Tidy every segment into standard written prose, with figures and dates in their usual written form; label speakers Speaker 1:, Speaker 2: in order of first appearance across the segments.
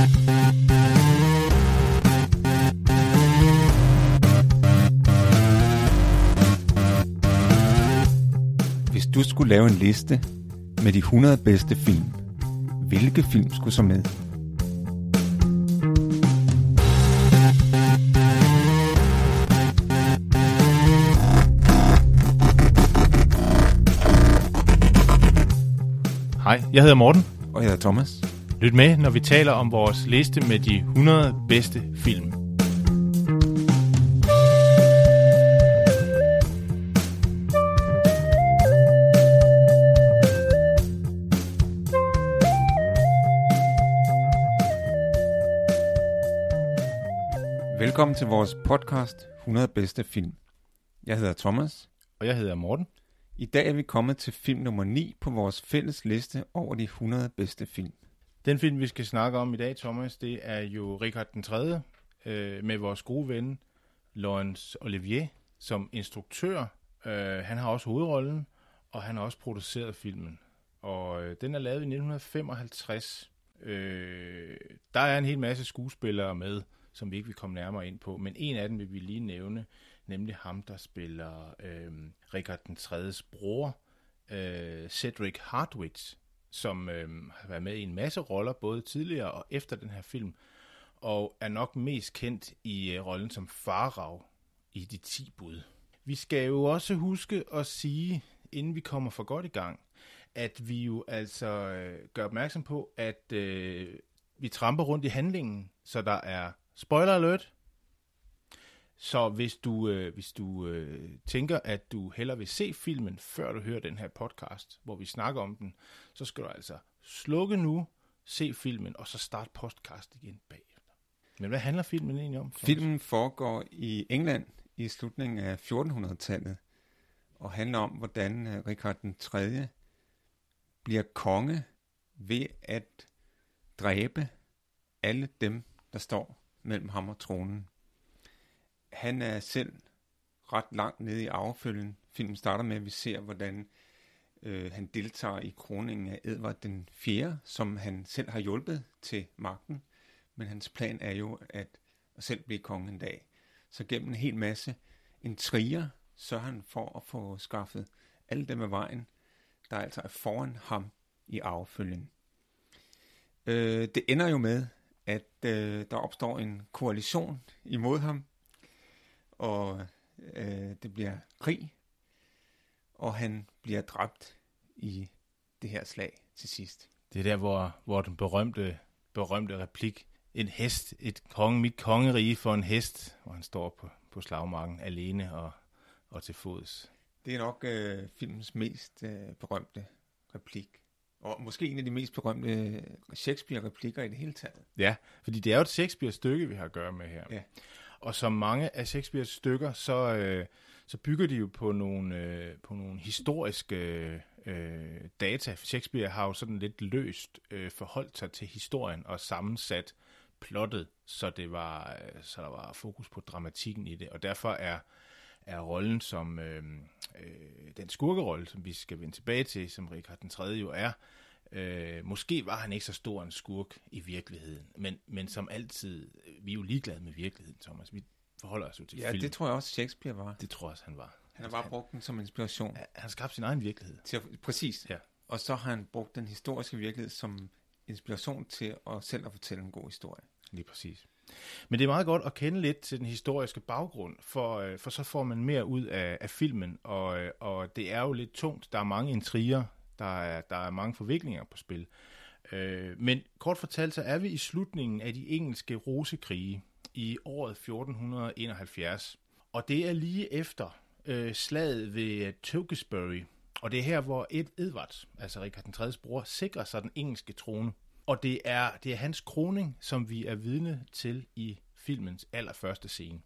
Speaker 1: Hvis du skulle lave en liste med de 100 bedste film, hvilke film skulle så med?
Speaker 2: Hej, jeg hedder Morten.
Speaker 1: Og jeg hedder Thomas.
Speaker 2: Lyt med, når vi taler om vores liste med de 100 bedste film.
Speaker 1: Velkommen til vores podcast 100 bedste film. Jeg hedder Thomas.
Speaker 2: Og jeg hedder Morten.
Speaker 1: I dag er vi kommet til film nummer 9 på vores fælles liste over de 100 bedste film.
Speaker 2: Den film, vi skal snakke om i dag, Thomas, det er jo Richard den 3. Med vores gode ven, Laurence Olivier, som instruktør. Han har også hovedrollen, og han har også produceret filmen. Og den er lavet i 1955. Der er en hel masse skuespillere med, som vi ikke vil komme nærmere ind på, men en af dem vil vi lige nævne, nemlig ham, der spiller Richard den 3.'s bror, Cedric Hardwicke, som har været med i en masse roller, både tidligere og efter den her film, og er nok mest kendt i rollen som Farao i De 10 bud. Vi skal jo også huske at sige, inden vi kommer for godt i gang, at vi jo altså gør opmærksom på, at vi tramper rundt i handlingen, så der er spoiler alert. Så hvis du tænker, at du hellere vil se filmen, før du hører den her podcast, hvor vi snakker om den, så skal du altså slukke nu, se filmen, og så starte podcast igen bagefter. Men hvad handler filmen egentlig om?
Speaker 1: Filmen foregår i England i slutningen af 1400-tallet, og handler om, hvordan Richard den 3. bliver konge ved at dræbe alle dem, der står mellem ham og tronen. Han er selv ret langt nede i arvefølgen. Filmen starter med, at vi ser, hvordan han deltager i kroningen af Edvard den 4., som han selv har hjulpet til magten. Men hans plan er jo at selv blive konge en dag. Så gennem en hel masse intriger sørger han for at få skaffet alle dem af vejen, der altså er foran ham i arvefølgen. Det ender jo med, at der opstår en koalition imod ham, og det bliver krig, og han bliver dræbt i det her slag til sidst.
Speaker 2: Det er der, hvor den berømte replik, en hest, mit kongerige for en hest, hvor han står på slagmarken alene og til fods.
Speaker 1: Det er nok filmens mest berømte replik. Og måske en af de mest berømte Shakespeare-replikker i det hele taget.
Speaker 2: Ja, fordi det er jo et Shakespeare-stykke, vi har at gøre med her.
Speaker 1: Ja.
Speaker 2: Og som mange af Shakespeares stykker, så bygger de jo på nogle historiske data. Shakespeare har jo sådan lidt løst forholdt sig til historien og sammensat plottet, så der var fokus på dramatikken i det. Og derfor er rollen som den skurkerolle, som vi skal vende tilbage til, som Richard den 3. jo er, måske var han ikke så stor en skurk i virkeligheden, men som altid, vi er jo ligeglade med virkeligheden, Thomas. Vi forholder os jo til film.
Speaker 1: Ja, det tror jeg også Shakespeare var.
Speaker 2: Det tror jeg også, han var.
Speaker 1: Han har bare brugt den som inspiration.
Speaker 2: Han har skabt sin egen virkelighed.
Speaker 1: Præcis.
Speaker 2: Ja.
Speaker 1: Og så har han brugt den historiske virkelighed som inspiration til selv at fortælle en god historie.
Speaker 2: Lige præcis. Men det er meget godt at kende lidt til den historiske baggrund, for så får man mere ud af filmen, og det er jo lidt tungt. Der er mange intriger, der er mange forviklinger på spil. Men kort fortalt, så er vi i slutningen af de engelske rosekrige i året 1471, og det er lige efter slaget ved Tewkesbury, og det er her, hvor Edvard, altså Richard den 3.'s bror, sikrer sig den engelske trone. Og det er hans kroning, som vi er vidne til i filmens allerførste scene.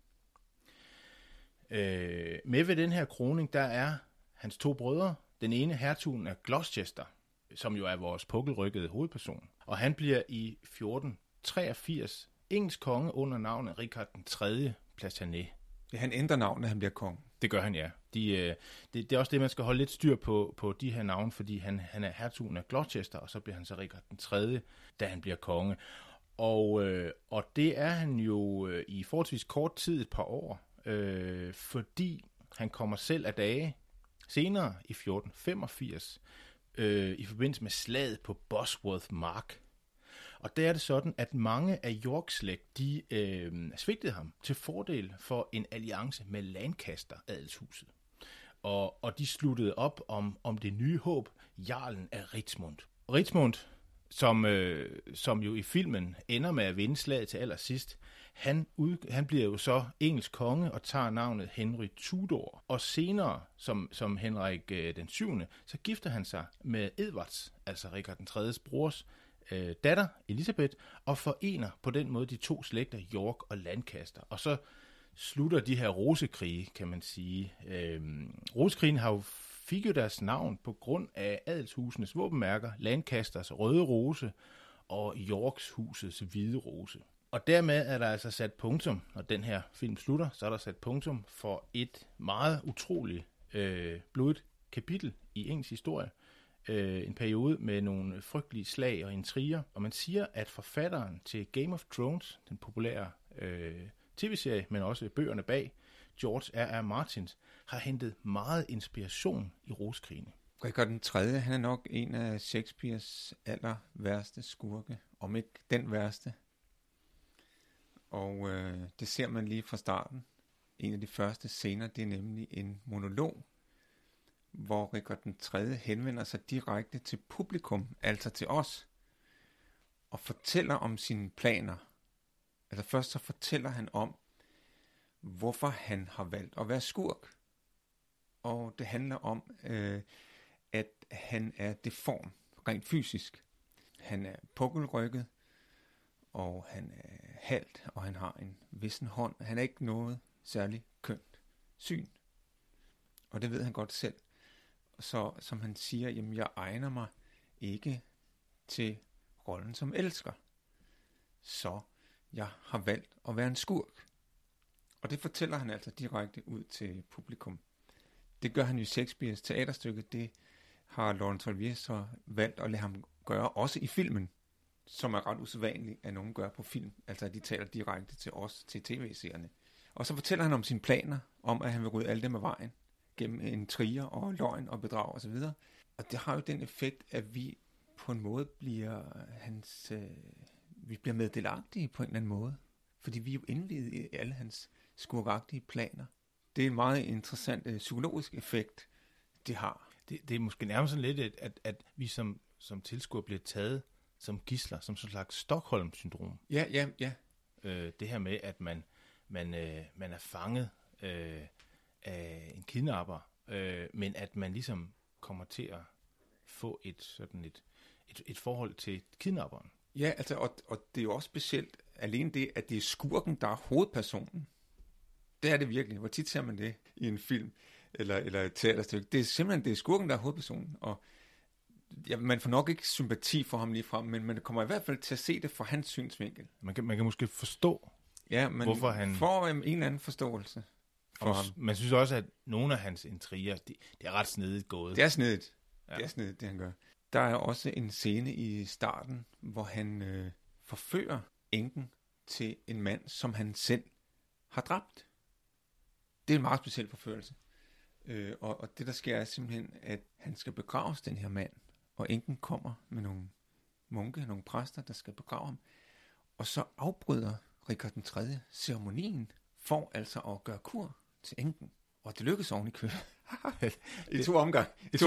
Speaker 2: Med ved den her kroning, der er hans 2 brødre. Den ene, hertugen af Gloucester, som jo er vores pukkelrykkede hovedperson. Og han bliver i 1483 engelsk konge under navnet Richard den 3. Plantagenet.
Speaker 1: Ja, han ændrer navn, når han bliver konge.
Speaker 2: Det gør han, ja. Det er også det, man skal holde lidt styr på de her navne, fordi han er hertugen af Gloucester, og så bliver han så Richard den 3., da han bliver konge. Og det er han jo i forholdsvis kort tid, et par år, fordi han kommer selv af dage senere i 1485, i forbindelse med slaget på Bosworth Mark. Og der er det sådan, at mange af Yorks slægt, de svigtede ham til fordel for en alliance med Lancaster-adelshuset. Og de sluttede op om det nye håb, jarlen af Richmond. Richmond, som jo i filmen ender med at vinde slaget til allersidst, han bliver jo så engelsk konge og tager navnet Henry Tudor. Og senere, som Henrik den 7., så gifter han sig med Edvards, altså Richard den 3. brors datter, Elisabeth, og forener på den måde de to slægter, York og Lancaster. Og så slutter de her rosekrige, kan man sige. Rosekrigen fik jo deres navn på grund af adelshusenes våbenmærker, Lancasters røde rose og Yorks husets hvide rose. Og dermed er der altså sat punktum, når den her film slutter, så er der sat punktum for et meget utroligt blodigt kapitel i engelsk historie. En periode med nogle frygtelige slag og intriger. Og man siger, at forfatteren til Game of Thrones, den populære tv-serie, men også bøgerne bag, George R.R. Martin, har hentet meget inspiration i rosekrigene.
Speaker 1: Richard den 3., han er nok en af Shakespeares aller værste skurke, om ikke den værste. Og det ser man lige fra starten. En af de første scener, det er nemlig en monolog, hvor Richard den 3. henvender sig direkte til publikum, altså til os, og fortæller om sine planer. Altså først så fortæller han om, hvorfor han har valgt at være skurk. Og det handler om, at han er deform, rent fysisk. Han er pukkelrykket, og han er halt, og han har en vissen hånd. Han er ikke noget særligt kønt syn. Og det ved han godt selv. Så som han siger, jamen jeg egner mig ikke til rollen som elsker. Så jeg har valgt at være en skurk. Og det fortæller han altså direkte ud til publikum. Det gør han jo i Shakespeares teaterstykke. Det har Laurence Olivier så valgt at lade ham gøre også i filmen, som er ret usædvanligt, at nogen gør på film. Altså at de taler direkte til os, til tv-seerne. Og så fortæller han om sine planer, om at han vil rydde alle dem af vejen, gennem intriger og løgn og bedrag osv. Og det har jo den effekt, at vi på en måde bliver vi bliver meddelagtige på en eller anden måde. Fordi vi er jo indvidet i alle hans skurkagtige planer. Det er en meget interessant psykologisk effekt, det har.
Speaker 2: Det er måske nærmest sådan lidt, at vi som tilskuer bliver taget som gidsler, som sådan en slags Stockholm-syndrom.
Speaker 1: Ja.
Speaker 2: Det her med, at man er fanget af en kidnapper, men at man ligesom kommer til at få et forhold til kidnapperen.
Speaker 1: Ja, altså, og det er jo også specielt alene det, at det er skurken, der er hovedpersonen. Det er det virkelig. Hvor tit ser man det i en film eller et teaterstykke? Det er simpelthen det er skurken, der er hovedpersonen. Og ja, man får nok ikke sympati for ham lige frem, men man kommer i hvert fald til at se det fra hans synsvinkel.
Speaker 2: Man kan måske forstå, hvorfor han
Speaker 1: får en eller anden forståelse for ham.
Speaker 2: Man synes også, at nogle af hans intriger, det er ret snedigt gået.
Speaker 1: Det er snedigt. Ja. Det er snedigt, det han gør. Der er også en scene i starten, hvor han forfører enken til en mand, som han selv har dræbt. Det er en meget speciel forførelse. Og det, der sker, er simpelthen, at han skal begraves, den her mand. Og enken kommer med nogle munke, nogle præster, der skal begrave ham. Og så afbryder Richard den 3. ceremonien for altså at gøre kur til enken. Og det lykkes oven i købet. I to omgang.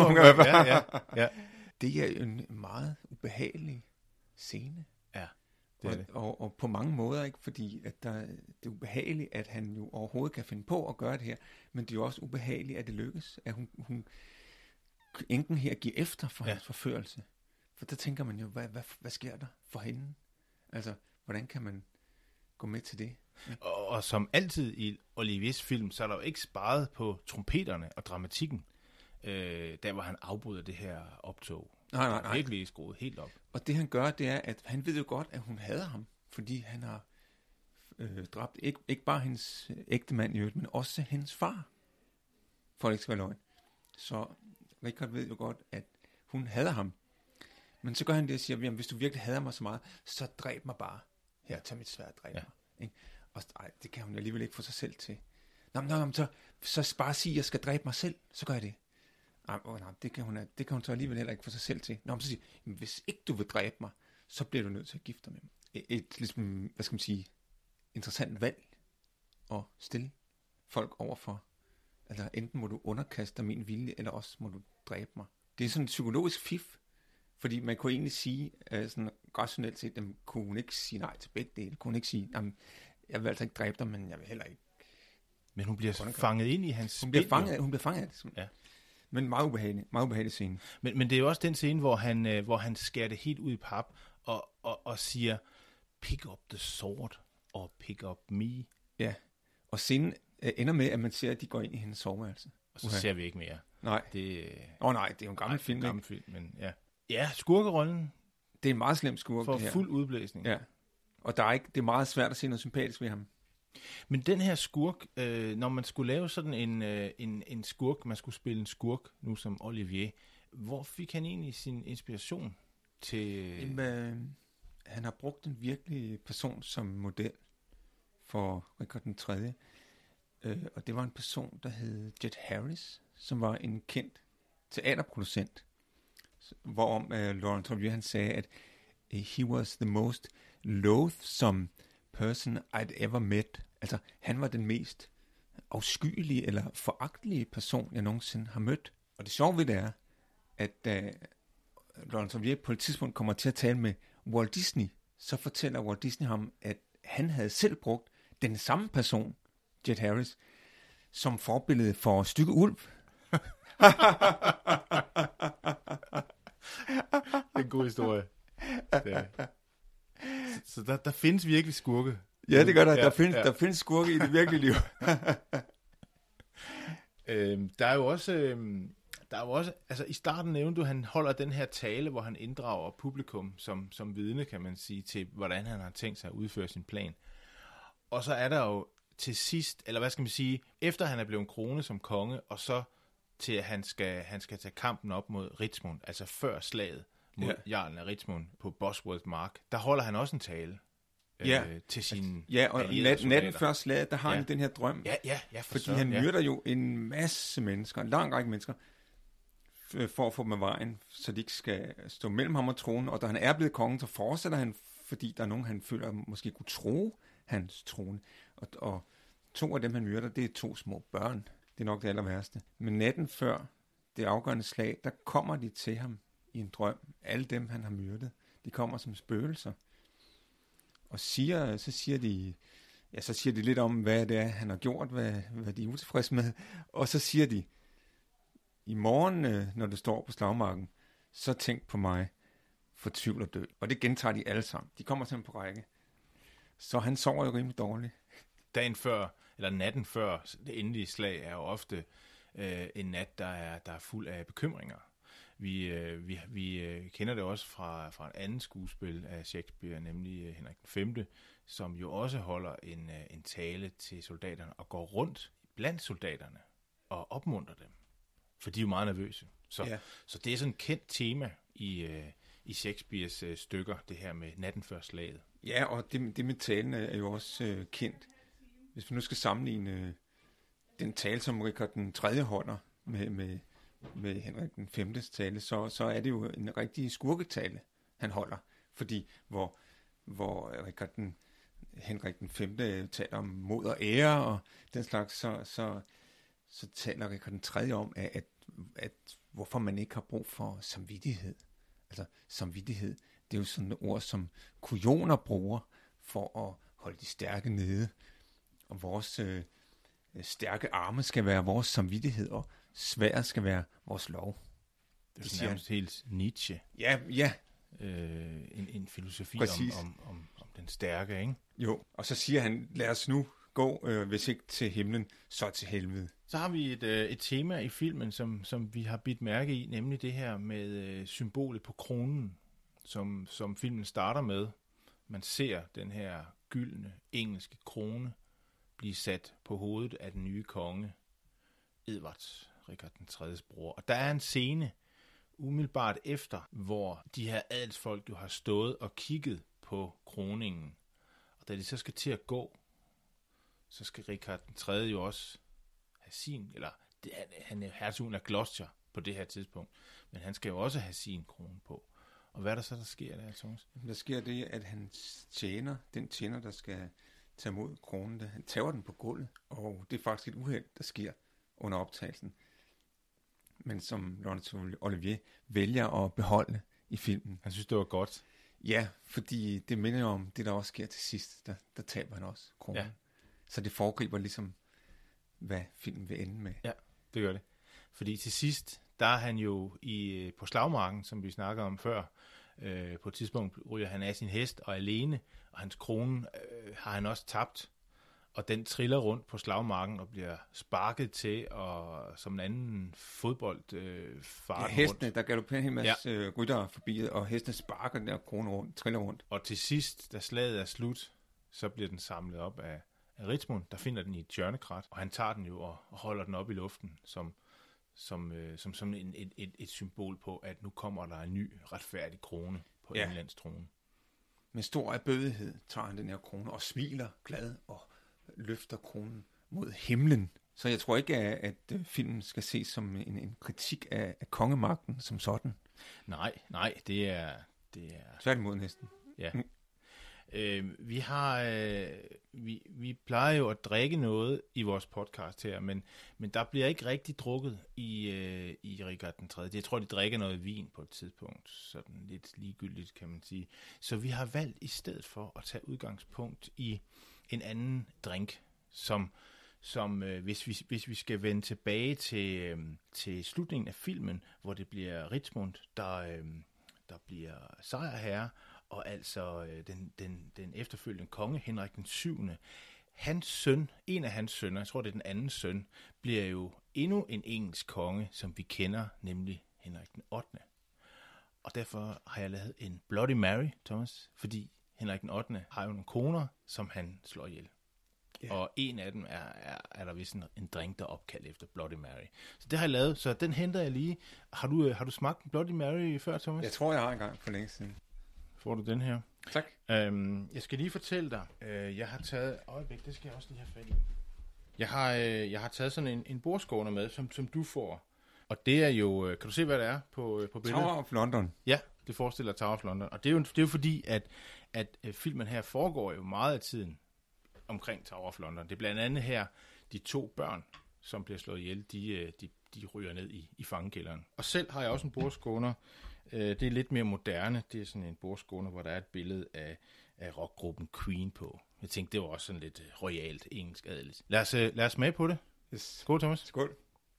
Speaker 2: Ja.
Speaker 1: Det er en meget ubehagelig scene.
Speaker 2: Ja,
Speaker 1: det er det. Og på mange måder, ikke, fordi at det er ubehageligt, at han jo overhovedet kan finde på at gøre det her, men det er jo også ubehageligt, at det lykkes, at hun enken her giver efter for hans forførelse. For der tænker man jo, hvad sker der for hende? Altså, hvordan kan man gå med til det? Ja.
Speaker 2: Og som altid i Oliviers film, så er der jo ikke sparet på trompeterne og dramatikken, der hvor han afbryder det her optog.
Speaker 1: Nej.
Speaker 2: Virkelig skruet helt op.
Speaker 1: Og det han gør, det er, at han ved jo godt, at hun hader ham, fordi han har dræbt ikke bare hendes ægte mand i øvrigt, men også hendes far, for det ikke skal være løgn. Så Richard ved jo godt, at hun hader ham. Men så gør han det og siger, jamen, hvis du virkelig hader mig så meget, så dræb mig bare. her, tag mit sværd og dræb mig. Ikke? Og det kan hun alligevel ikke få sig selv til. Nå, så bare sige, at jeg skal dræbe mig selv, så gør jeg det. Det kan hun så alligevel heller ikke få sig selv til. Nå, så siger hvis ikke du vil dræbe mig, så bliver du nødt til at gifte dig med mig. Et ligesom, hvad skal man sige, interessant valg at stille folk overfor. Altså enten må du underkaste dig min vilje, eller også må du dræbe mig. Det er sådan en psykologisk fif, fordi man kunne egentlig sige, sådan rationelt set, at kunne hun ikke sige nej til begge dele. Kunne hun ikke sige, jeg vil altså ikke dræbe dig, men jeg vil heller ikke.
Speaker 2: Men hun bliver fanget ind i hans spil.
Speaker 1: Hun bliver fanget af det. Ja. Men meget ubehagelig scene.
Speaker 2: Men det er jo også den scene, hvor han skærer det helt ud i pap, og siger, pick up the sword, og pick up me.
Speaker 1: Ja, og scenen ender med, at man ser, at de går ind i hendes soveværelse.
Speaker 2: Og så ser vi ikke mere.
Speaker 1: Nej. Det er jo en gammel film.
Speaker 2: Det er en gammel film, men ja. Ja, skurkerollen.
Speaker 1: Det er en meget slem skurk,
Speaker 2: for fuld udblæsning.
Speaker 1: Ja. Og det er meget svært at se noget sympatisk ved ham.
Speaker 2: Men den her skurk, når man skulle lave sådan en skurk, man skulle spille en skurk, nu som Olivier, hvor fik han egentlig sin inspiration til...
Speaker 1: Han har brugt en virkelig person som model for Richard den 3. Og det var en person, der hed Jet Harris, som var en kendt teaterproducent, hvorom Laurence Olivier han sagde, at he was the most loathsome person I'd ever met. Altså, han var den mest afskyelige eller foragtelige person, jeg nogensinde har mødt. Og det sjove ved det er, at da Laurence Olivier på et tidspunkt kommer til at tale med Walt Disney, så fortæller Walt Disney ham, at han havde selv brugt den samme person, Jet Harris, som forbillede for Stygge Ulv.
Speaker 2: Det er en god historie. Så der findes virkelig skurke.
Speaker 1: Ja, det gør der. Der findes skurke i det virkelige liv.
Speaker 2: Der er jo også, altså i starten nævnte du, han holder den her tale, hvor han inddrager publikum som vidne, kan man sige, til hvordan han har tænkt sig at udføre sin plan. Og så er der jo til sidst, eller hvad skal man sige, efter han er blevet kronet som konge, og så til at han skal tage kampen op mod Richmond, altså før slaget mod jarlen af Richmond på Bosworth Mark, der holder han også en tale til sine
Speaker 1: og natten før slaget, der har han den her drøm. Fordi han myrder jo en masse mennesker, en lang række mennesker, for at få dem af vejen, så de ikke skal stå mellem ham og tronen. Og da han er blevet kongen, så fortsætter han, fordi der er nogen, han føler måske kunne tro hans trone. Og 2 af dem, han myrder, det er 2 små børn. Det er nok det aller værste. Men natten før det afgørende slag, der kommer de til ham i en drøm. Alle dem, han har myrdet, de kommer som spøgelser. Og så siger de lidt om, hvad det er, han har gjort, hvad de er utilfredse med. Og så siger de, i morgen, når du står på slagmarken, så tænk på mig, fortvivl og død. Og det gentager de alle sammen. De kommer simpelthen på række. Så han sover jo rimelig dårligt.
Speaker 2: Dagen før, eller natten før det endelige slag, er jo ofte en nat, der er fuld af bekymringer. Vi kender det også fra en anden skuespil af Shakespeare, nemlig Henrik V, som jo også holder en tale til soldaterne og går rundt blandt soldaterne og opmuntrer dem, for de er jo meget nervøse. Så det er sådan et kendt tema i Shakespeares stykker, det her med natten før slaget.
Speaker 1: Ja, og det med talen er jo også kendt. Hvis vi nu skal sammenligne den tale, som Richard den 3. holder med Henrik den 5. tale, så er det jo en rigtig skurketale, han holder. Fordi hvor Henrik den 5. taler om mod og ære og den slags, så taler Richard den 3. om, at hvorfor man ikke har brug for samvittighed. Altså samvittighed, det er jo sådan et ord, som kujoner bruger for at holde de stærke nede. Og vores stærke arme skal være vores samvittighed, og sværd skal være vores lov.
Speaker 2: Det er nærmest helt Nietzsche.
Speaker 1: Ja.
Speaker 2: En filosofi om den stærke, ikke?
Speaker 1: Jo, og så siger han, lad os nu gå, hvis ikke til himlen, så til helvede.
Speaker 2: Så har vi et tema i filmen, som vi har bidt mærke i, nemlig det her med symbolet på kronen, som filmen starter med. Man ser den her gyldne engelske krone blive sat på hovedet af den nye konge, Edvard, Richard den 3. bror. Og der er en scene umiddelbart efter, hvor de her adelsfolk jo har stået og kigget på kroningen. Og da de så skal til at gå, så skal Richard den 3. jo også have sin, eller han er hertugen af Gloucester på det her tidspunkt, men han skal jo også have sin krone på. Og hvad er der så, der sker der, Thomas?
Speaker 1: Der sker det, at han den tjener, der skal tage imod kronen, han tager den på gulvet, og det er faktisk et uheld, der sker under optagelsen. Men som Laurence Olivier vælger at beholde i filmen.
Speaker 2: Han synes, det var godt.
Speaker 1: Ja, fordi det minder jo om det, der også sker til sidst. Der taber han også kronen. Ja. Så det foregriber ligesom, hvad filmen vil ende med.
Speaker 2: Ja, det gør det. Fordi til sidst, der er han jo på slagmarken, som vi snakkede om før. På et tidspunkt ryger han af sin hest og alene, og hans krone har han også tabt. Og den triller rundt på slagmarken og bliver sparket til, og som en anden fodbold farer
Speaker 1: hestene, rundt. Der galopperer en hel masse ryttere forbi, og hestene sparker den der krone rundt, triller rundt.
Speaker 2: Og til sidst, da slaget er slut, så bliver den samlet op af Richmond, der finder den i et hjørnekrat, og han tager den jo og holder den op i luften, som et symbol på, at nu kommer der en ny retfærdig krone på Englands trone.
Speaker 1: Med stor erbødighed tager han den her krone og smiler glad og løfter kronen mod himlen. Så jeg tror ikke, at filmen skal ses som en kritik af kongemagten som sådan.
Speaker 2: Nej, det er...
Speaker 1: Tværtimod næsten.
Speaker 2: Ja. Vi plejer jo at drikke noget i vores podcast her, men der bliver ikke rigtig drukket i Richard den 3. Jeg tror, de drikker noget vin på et tidspunkt, sådan lidt ligegyldigt, kan man sige. Så vi har valgt i stedet for at tage udgangspunkt i en anden drink, som hvis vi skal vende tilbage til slutningen af filmen, hvor det bliver Richmond, der bliver sejrherre, og altså den efterfølgende konge, Henrik den 7. Hans søn, en af hans sønner, jeg tror det er den anden søn, bliver jo endnu en engelsk konge, som vi kender, nemlig Henrik den 8. Og derfor har jeg lavet en Bloody Mary, Thomas, fordi Henrik den 8. har jo nogle koner, som han slår ihjel. Yeah. Og en af dem er der vist en drink, der er opkaldt efter Bloody Mary. Så det har jeg lavet, så den henter jeg lige. Har du smagt en Bloody Mary før, Thomas?
Speaker 1: Jeg tror, jeg har engang for længe siden.
Speaker 2: Får du den her?
Speaker 1: Tak.
Speaker 2: Jeg skal lige fortælle dig, jeg har taget... Øjeblik, det skal jeg også lige have fat i. Jeg har taget sådan en bordskåner med, som du får. Og det er jo... Kan du se, hvad det er på billedet?
Speaker 1: Tower of London.
Speaker 2: Ja, det forestiller Tower of London. Og det er jo fordi, at filmen her foregår jo meget af tiden omkring Tower of London. Det er blandt andet her, de 2 børn, som bliver slået ihjel, de ryger ned i fangekælderen. Og selv har jeg også en bordskåner. Det er lidt mere moderne. Det er sådan en bordskåner, hvor der er et billede af rockgruppen Queen på. Jeg tænkte, det var også sådan lidt royalt, engelsk adeligt. Lad os smage på det.
Speaker 1: Yes.
Speaker 2: Skål, Thomas.
Speaker 1: Skål.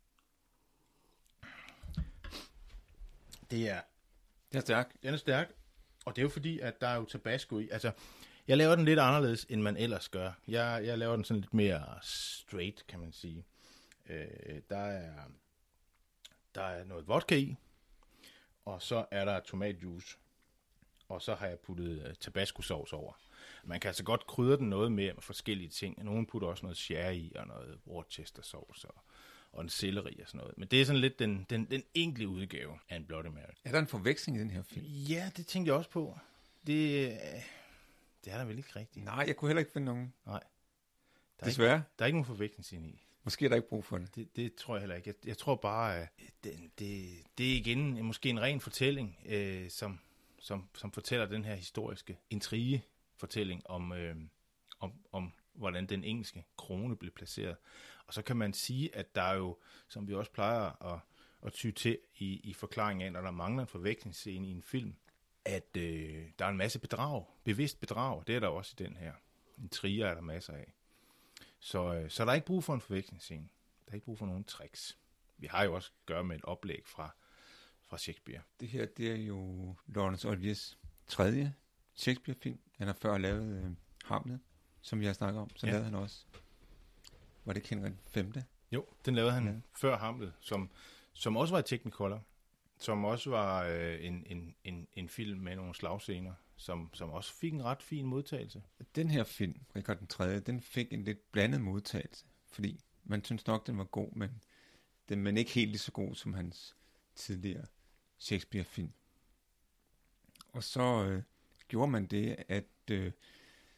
Speaker 2: Det er
Speaker 1: stærk.
Speaker 2: Den er stærk, og det er jo fordi, at der er jo tabasco i. Altså, jeg laver den lidt anderledes, end man ellers gør. Jeg laver den sådan lidt mere straight, kan man sige. Der er noget vodka i, og så er der tomatjuice, og så har jeg puttet tabasco-sovs over. Man kan altså godt krydre den noget mere med forskellige ting. Nogen putter også noget sherry i, og noget Worcester-sovs, og en selleri og sådan noget. Men det er sådan lidt den enkle udgave af en Bloody Mary.
Speaker 1: Er der en forveksling i den her film?
Speaker 2: Ja, det tænkte jeg også på. Det er der vel ikke rigtigt.
Speaker 1: Nej, jeg kunne heller ikke finde nogen.
Speaker 2: Nej.
Speaker 1: Desværre.
Speaker 2: Der er ikke nogen forveksling i.
Speaker 1: Måske er der ikke brug for det.
Speaker 2: Det tror jeg heller ikke. Jeg tror bare, at det er igen måske en ren fortælling, som fortæller den her historiske intrigefortælling om hvordan den engelske krone blev placeret. Og så kan man sige, at der er jo, som vi også plejer at ty til i forklaringen af, når der mangler en forvekslingsscene i en film, at der er en masse bevidst bedrag. Det er der også i den her. Intriger er der masser af. Så der er ikke brug for en forvekslingsscene. Der er ikke brug for nogen tricks. Vi har jo også at gøre med et oplæg fra Shakespeare.
Speaker 1: Det her, det er jo Laurence Oliviers 3. Shakespeare-film. Han har før lavet Hamlet, som vi har snakket om. Så lavede han også. Var det ikke Henrik 5?
Speaker 2: Jo, den lavede han før Hamlet, som også var et Technicolor. Som også var en film med nogle slagscener, som også fik en ret fin modtagelse.
Speaker 1: Den her film, Richard den 3., den fik en lidt blandet modtagelse, fordi man synes nok, den var god, men ikke helt lige så god som hans tidligere Shakespeare-film. Og så gjorde man det, at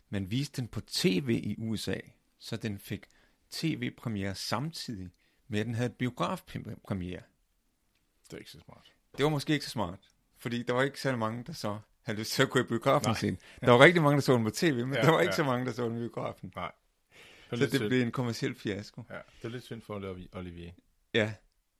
Speaker 1: man viste den på tv i USA, så den fik tv-premiere samtidig med, at den havde biografpremiere.
Speaker 2: Det er ikke så smart.
Speaker 1: Det var måske ikke så smart, fordi der var ikke så mange, der så havde lyst til at gå i biografen sin. Der var rigtig mange, der så den på tv, men der var ikke så mange, der så den i biografen.
Speaker 2: Nej.
Speaker 1: Så det blev en kommerciel fiasko.
Speaker 2: Ja, det er lidt synd for Olivier.
Speaker 1: Ja.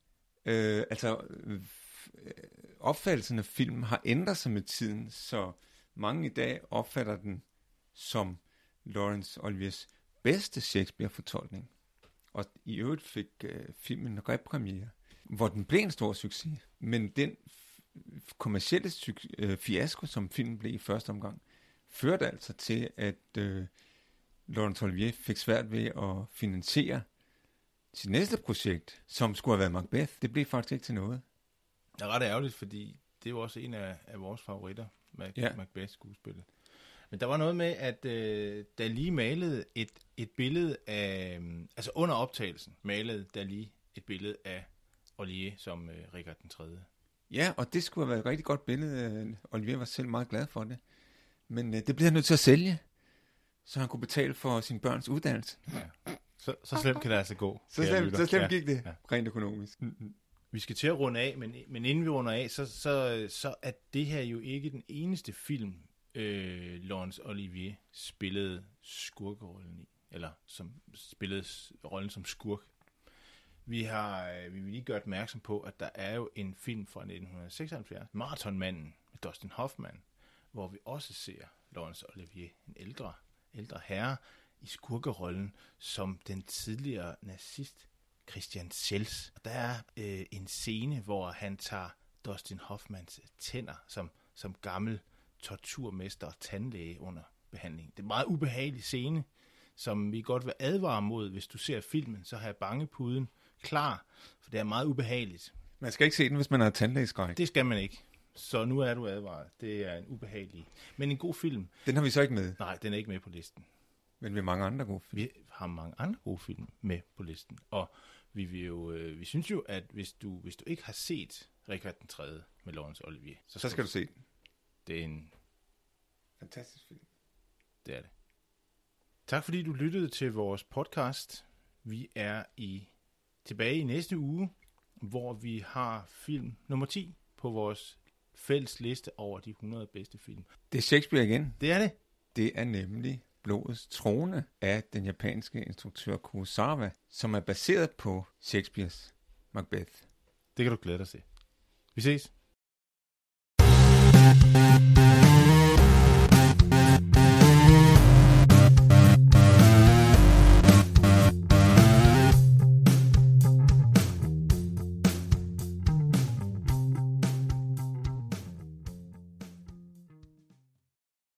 Speaker 1: Opfattelsen af film har ændret sig med tiden, så mange i dag opfatter den som Laurence Oliviers bedste Shakespeare-fortolkning. Og i øvrigt fik filmen en repremiere, hvor den blev en stor succes. Men den kommercielle fiasko, som filmen blev i første omgang, førte altså til, at Laurence Olivier fik svært ved at finansiere sit næste projekt, som skulle have været Macbeth. Det blev faktisk ikke til noget.
Speaker 2: Det er ret ærgerligt, fordi det er jo også en af vores favoritter, Macbeth-skuespillet. Men der var noget med, at Dalí malede et billede af... Altså under optagelsen malede Dalí et billede af Olivier som Richard den 3.
Speaker 1: Ja, og det skulle have været et rigtig godt billede. Olivier var selv meget glad for det. Men det blev han nødt til at sælge, så han kunne betale for sin børns uddannelse.
Speaker 2: Ja. Så slemt kan det altså gå.
Speaker 1: Så slemt gik det, rent økonomisk.
Speaker 2: Vi skal til at runde af, men inden vi runder af, så er det her jo ikke den eneste film, Laurence Olivier spillede skurkerollen i, eller som spillede rollen som skurk. Vi vil lige gøre opmærksom på, at der er jo en film fra 1976, Marathonmanden med Dustin Hoffman, hvor vi også ser Laurence Olivier, en ældre herre, i skurkerollen som den tidligere nazist Christian Schels. Der er en scene, hvor han tager Dustin Hoffmans tænder som gammel torturmester og tandlæge under behandling. Det er en meget ubehagelig scene, som vi godt vil advare mod. Hvis du ser filmen, så har jeg bangepuden klar, for det er meget ubehageligt.
Speaker 1: Man skal ikke se den, hvis man har tandlægeskræk.
Speaker 2: Det skal man ikke. Så nu er du advaret. Det er en ubehagelig, men en god film.
Speaker 1: Den har vi så ikke med.
Speaker 2: Nej, den er ikke med på listen.
Speaker 1: Men vi har mange andre gode film.
Speaker 2: Vi har mange andre gode film med på listen. Og vi synes jo, at hvis du ikke har set Richard den 3. med Laurence Olivier,
Speaker 1: så skal du se den.
Speaker 2: Det er en
Speaker 1: fantastisk film.
Speaker 2: Det er det. Tak fordi du lyttede til vores podcast. Vi er tilbage i næste uge, hvor vi har film nummer 10 på vores fælles liste over de 100 bedste film.
Speaker 1: Det er Shakespeare igen.
Speaker 2: Det er det.
Speaker 1: Det er nemlig Blodets trone af den japanske instruktør Kurosawa, som er baseret på Shakespeares Macbeth.
Speaker 2: Det kan du glæde dig til. Vi ses.